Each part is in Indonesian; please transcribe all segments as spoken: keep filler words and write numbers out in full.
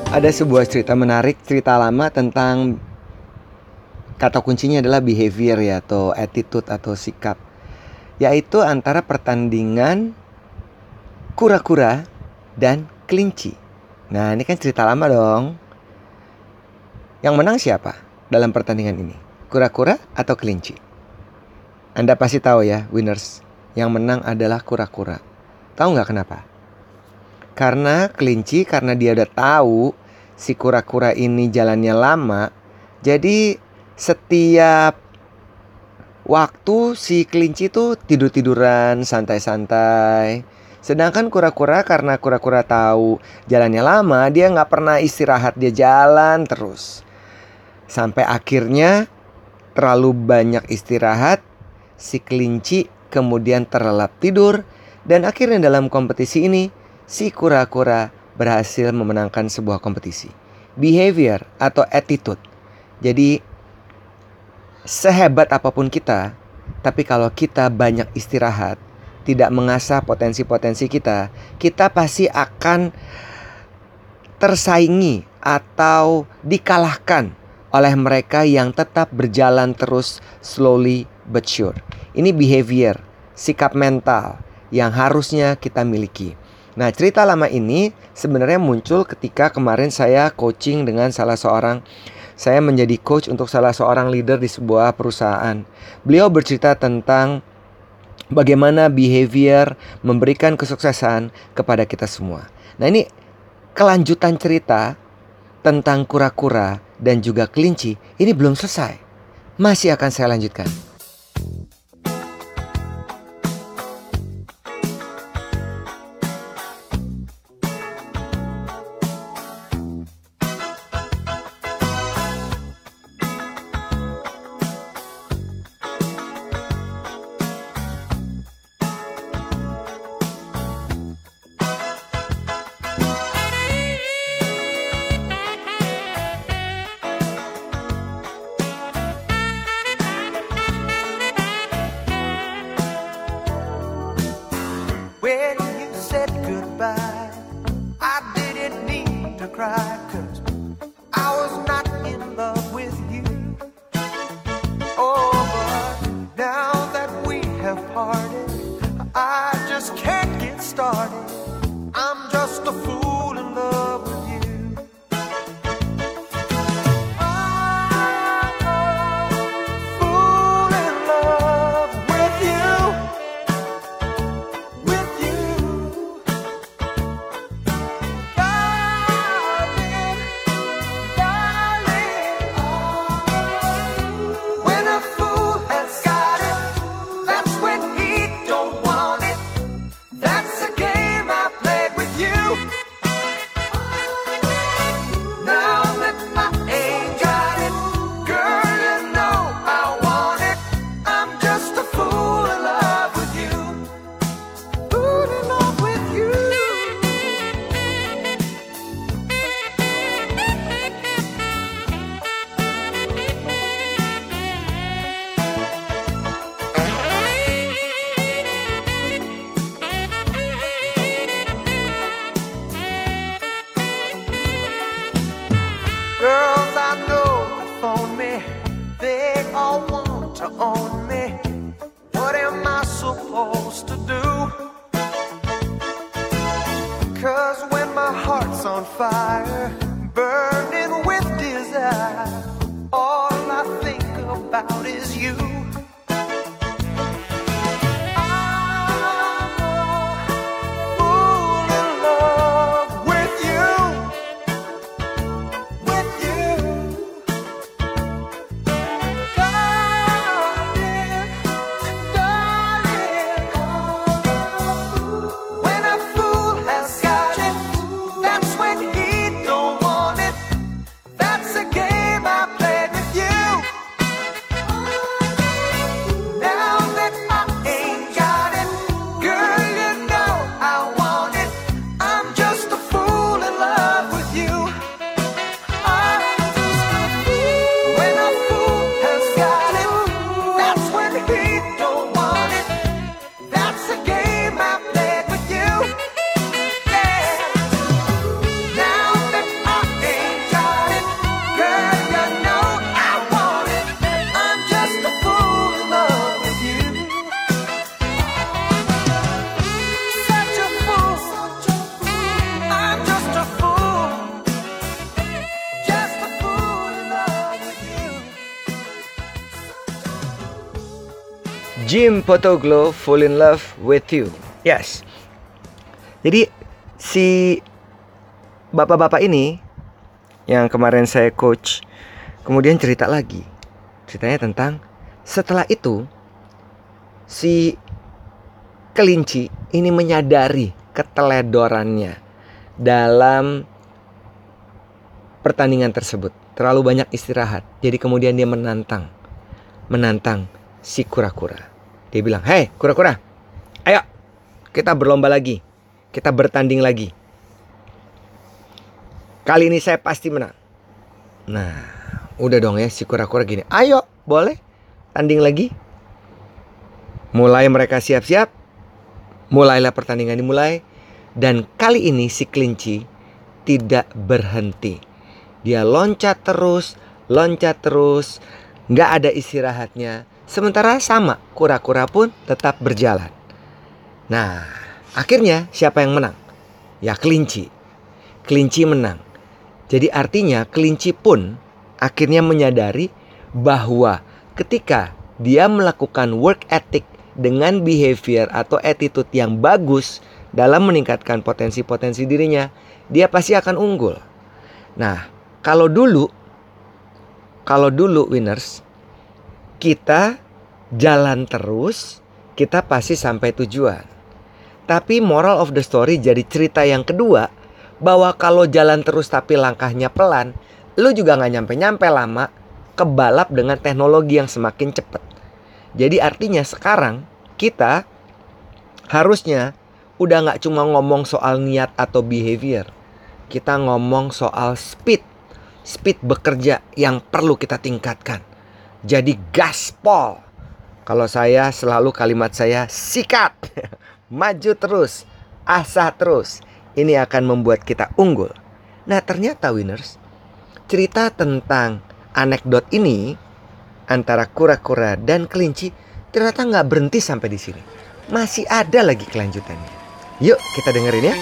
Ada sebuah cerita menarik, cerita lama tentang kata kuncinya adalah behavior ya, atau attitude atau sikap. Yaitu antara pertandingan kura-kura dan kelinci. Nah, ini kan cerita lama dong. Yang menang siapa dalam pertandingan ini? Kura-kura atau kelinci? Anda pasti tahu ya, winners. Yang menang adalah kura-kura. Tahu nggak kenapa? Karena kelinci, karena dia udah tahu si kura-kura ini jalannya lama, jadi setiap waktu si kelinci tuh tidur-tiduran, santai-santai. Sedangkan kura-kura, karena kura-kura tahu jalannya lama, dia nggak pernah istirahat, dia jalan terus. Sampai akhirnya terlalu banyak istirahat, si kelinci kemudian terlelap tidur. Dan akhirnya dalam kompetisi ini, si kura-kura berhasil memenangkan sebuah kompetisi. Behavior atau attitude. Jadi sehebat apapun kita, tapi kalau kita banyak istirahat, tidak mengasah potensi-potensi kita, kita pasti akan tersaingi atau dikalahkan oleh mereka yang tetap berjalan terus slowly but sure. Ini behavior, sikap mental yang harusnya kita miliki. Nah, cerita lama ini sebenarnya muncul ketika kemarin saya coaching dengan salah seorang, saya menjadi coach untuk salah seorang leader di sebuah perusahaan. Beliau bercerita tentang bagaimana behavior memberikan kesuksesan kepada kita semua. Nah, ini kelanjutan cerita tentang kura-kura dan juga kelinci. Ini belum selesai. Masih akan saya lanjutkan. Jim Potoglo fall in love with you. Yes. Jadi si bapak-bapak ini yang kemarin saya coach kemudian cerita lagi. Ceritanya tentang setelah itu si kelinci ini menyadari keteledorannya dalam pertandingan tersebut. Terlalu banyak istirahat. Jadi kemudian dia menantang. Menantang si kura-kura. Dia bilang, "Hei kura-kura, ayo kita berlomba lagi. Kita bertanding lagi. Kali ini saya pasti menang." Nah, udah dong ya si kura-kura gini. "Ayo, boleh tanding lagi." Mulai mereka siap-siap. Mulailah pertandingan dimulai. Dan kali ini si kelinci tidak berhenti. Dia loncat terus, loncat terus, nggak ada istirahatnya. Sementara sama, kura-kura pun tetap berjalan. Nah, akhirnya siapa yang menang? Ya kelinci. Kelinci menang. Jadi artinya kelinci pun akhirnya menyadari bahwa ketika dia melakukan work ethic dengan behavior atau attitude yang bagus dalam meningkatkan potensi-potensi dirinya, dia pasti akan unggul. Nah, Kalau dulu, kalau dulu winners, kita jalan terus, kita pasti sampai tujuan. Tapi moral of the story jadi cerita yang kedua, bahwa kalau jalan terus tapi langkahnya pelan, lu juga gak nyampe-nyampe lama, kebalap dengan teknologi yang semakin cepat. Jadi artinya sekarang kita harusnya udah gak cuma ngomong soal niat atau behavior. Kita ngomong soal speed. Speed bekerja yang perlu kita tingkatkan. Jadi gaspol. Kalau saya selalu kalimat saya sikat. Maju terus, asah terus. Ini akan membuat kita unggul. Nah ternyata winners, cerita tentang anekdot ini antara kura-kura dan kelinci ternyata nggak berhenti sampai di sini. Masih ada lagi kelanjutannya. Yuk kita dengerin ya.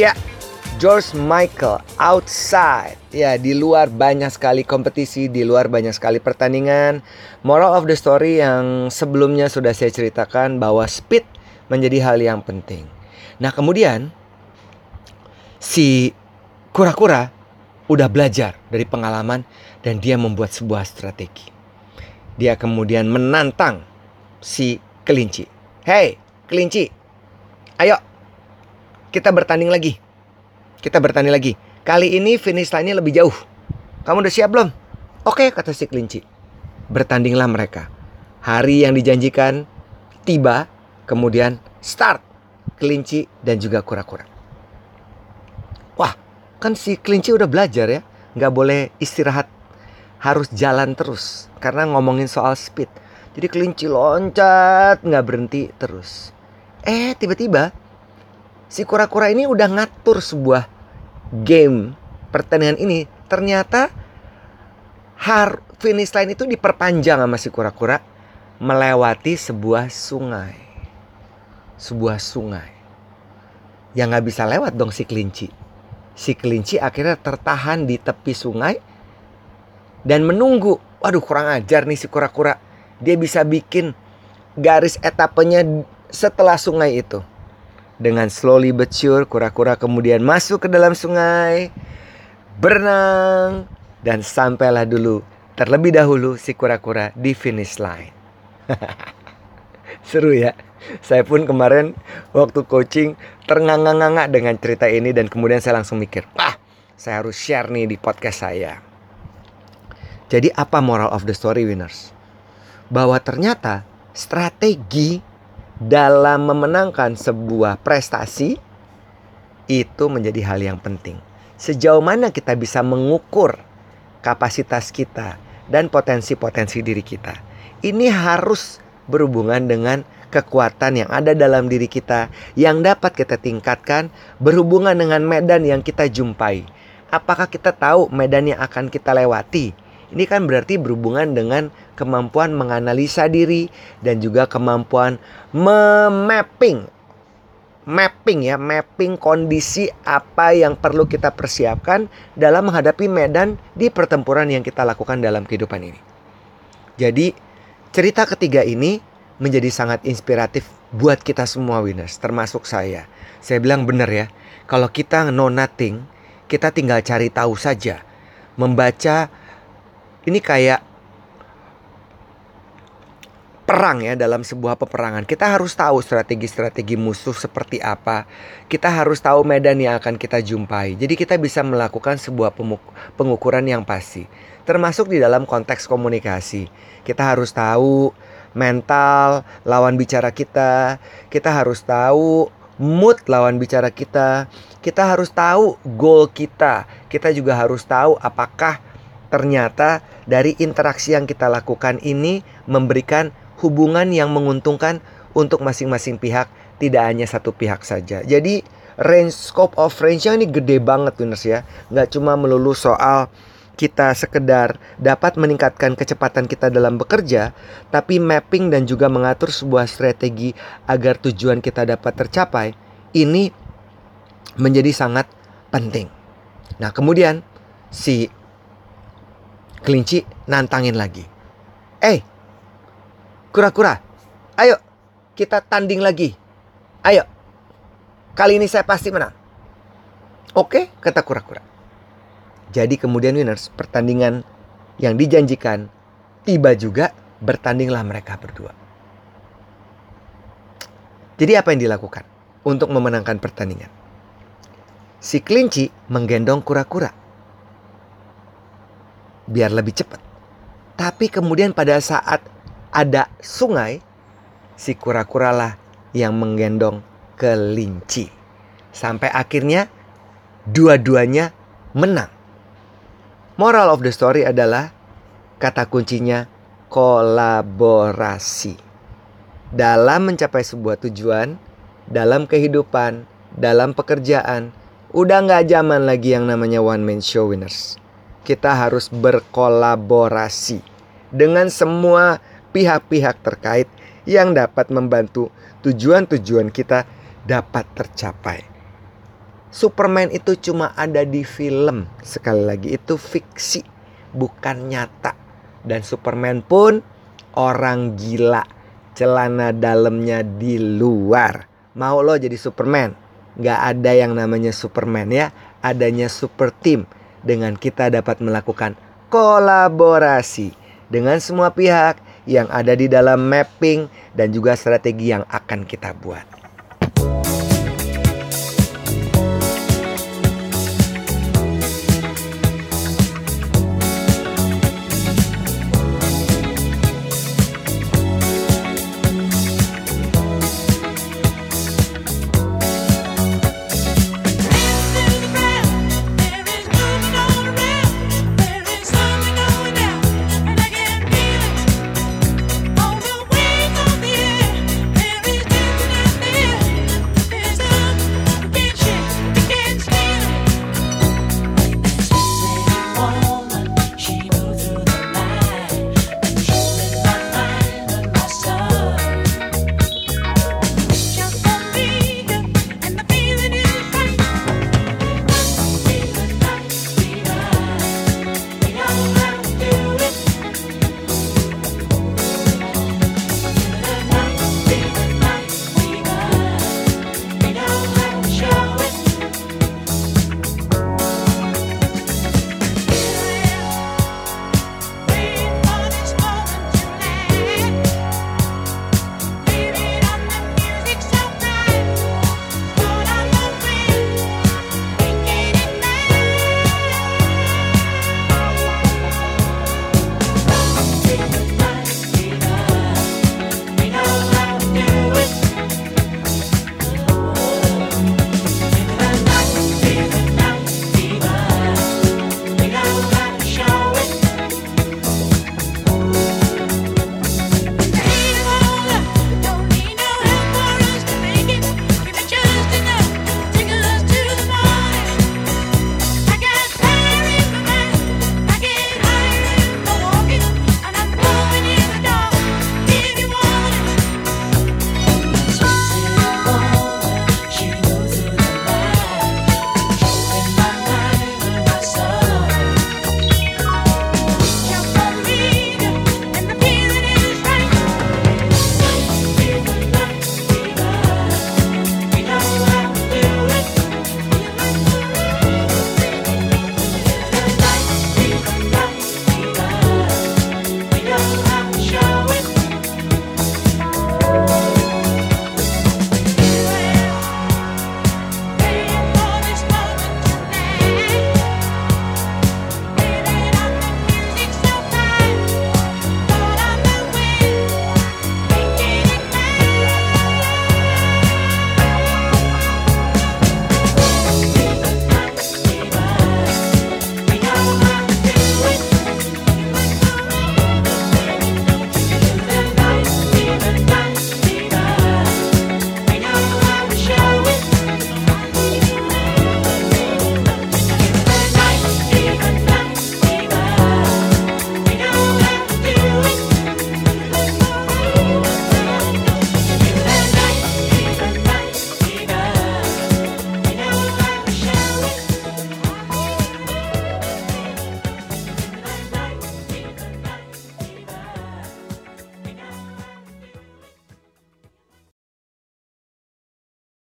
Ya, George Michael, Outside. Ya, di luar banyak sekali kompetisi, di luar banyak sekali pertandingan. Moral of the story yang sebelumnya sudah saya ceritakan bahwa speed menjadi hal yang penting. Nah, kemudian si kura-kura udah belajar dari pengalaman dan dia membuat sebuah strategi. Dia kemudian menantang si kelinci. Hei, kelinci, ayo kita bertanding lagi. Kita bertanding lagi. Kali ini finish line-nya lebih jauh. Kamu udah siap belum? Oke, kata si kelinci. Bertandinglah mereka. Hari yang dijanjikan tiba, kemudian start kelinci dan juga kura-kura. Wah, kan si kelinci udah belajar ya, nggak boleh istirahat, harus jalan terus karena ngomongin soal speed. Jadi kelinci loncat, nggak berhenti terus. Eh, tiba-tiba si kura-kura ini udah ngatur sebuah game pertandingan ini. Ternyata har finish line itu diperpanjang sama si kura-kura melewati sebuah sungai. Sebuah sungai yang nggak bisa lewat dong si kelinci. Si kelinci akhirnya tertahan di tepi sungai dan menunggu. Waduh, kurang ajar nih si kura-kura. Dia bisa bikin garis etapenya setelah sungai itu. Dengan slowly but sure, kura-kura kemudian masuk ke dalam sungai, berenang, dan sampailah dulu terlebih dahulu si kura-kura di finish line. Seru ya. Saya pun kemarin waktu coaching ternganga-nganga dengan cerita ini dan kemudian saya langsung mikir, wah, saya harus share nih di podcast saya. Jadi apa moral of the story, winners? Bahwa ternyata strategi dalam memenangkan sebuah prestasi itu menjadi hal yang penting. Sejauh mana kita bisa mengukur kapasitas kita dan potensi-potensi diri kita. Ini harus berhubungan dengan kekuatan yang ada dalam diri kita yang dapat kita tingkatkan berhubungan dengan medan yang kita jumpai. Apakah kita tahu medan yang akan kita lewati? Ini kan berarti berhubungan dengan kemampuan menganalisa diri dan juga kemampuan memapping. Mapping ya, mapping kondisi apa yang perlu kita persiapkan dalam menghadapi medan di pertempuran yang kita lakukan dalam kehidupan ini. Jadi cerita ketiga ini menjadi sangat inspiratif buat kita semua, winners, termasuk saya. Saya bilang benar ya, kalau kita know nothing, kita tinggal cari tahu saja. Membaca ini kayak perang ya, dalam sebuah peperangan. Kita harus tahu strategi-strategi musuh seperti apa. Kita harus tahu medan yang akan kita jumpai. Jadi kita bisa melakukan sebuah pengukuran yang pasti. Termasuk di dalam konteks komunikasi. Kita harus tahu mental lawan bicara kita. Kita harus tahu mood lawan bicara kita. Kita harus tahu goal kita. Kita juga harus tahu apakah ternyata dari interaksi yang kita lakukan ini memberikan hubungan yang menguntungkan untuk masing-masing pihak, tidak hanya satu pihak saja. Jadi range, scope of range-nya ini gede banget, winners ya. Nggak cuma melulu soal kita sekedar dapat meningkatkan kecepatan kita dalam bekerja, tapi mapping dan juga mengatur sebuah strategi agar tujuan kita dapat tercapai, ini menjadi sangat penting. Nah, kemudian si kelinci nantangin lagi. Eh, kura-kura, ayo kita tanding lagi. Ayo, kali ini saya pasti menang. Oke, kata kura-kura. Jadi kemudian, winners, pertandingan yang dijanjikan tiba juga, bertandinglah mereka berdua. Jadi apa yang dilakukan untuk memenangkan pertandingan? Si kelinci menggendong kura-kura biar lebih cepat. Tapi kemudian pada saat ada sungai, si kura-kura lah yang menggendong kelinci. Sampai akhirnya dua-duanya menang. Moral of the story adalah kata kuncinya kolaborasi. Dalam mencapai sebuah tujuan, dalam kehidupan, dalam pekerjaan, udah gak zaman lagi yang namanya one man show, winners. Kita harus berkolaborasi dengan semua pihak-pihak terkait yang dapat membantu tujuan-tujuan kita dapat tercapai. Superman itu cuma ada di film. Sekali lagi, itu fiksi, bukan nyata. Dan Superman pun orang gila, celana dalamnya di luar. Mau lo jadi Superman? Gak ada yang namanya Superman ya. Adanya super team. Dengan kita dapat melakukan kolaborasi dengan semua pihak yang ada di dalam mapping dan juga strategi yang akan kita buat.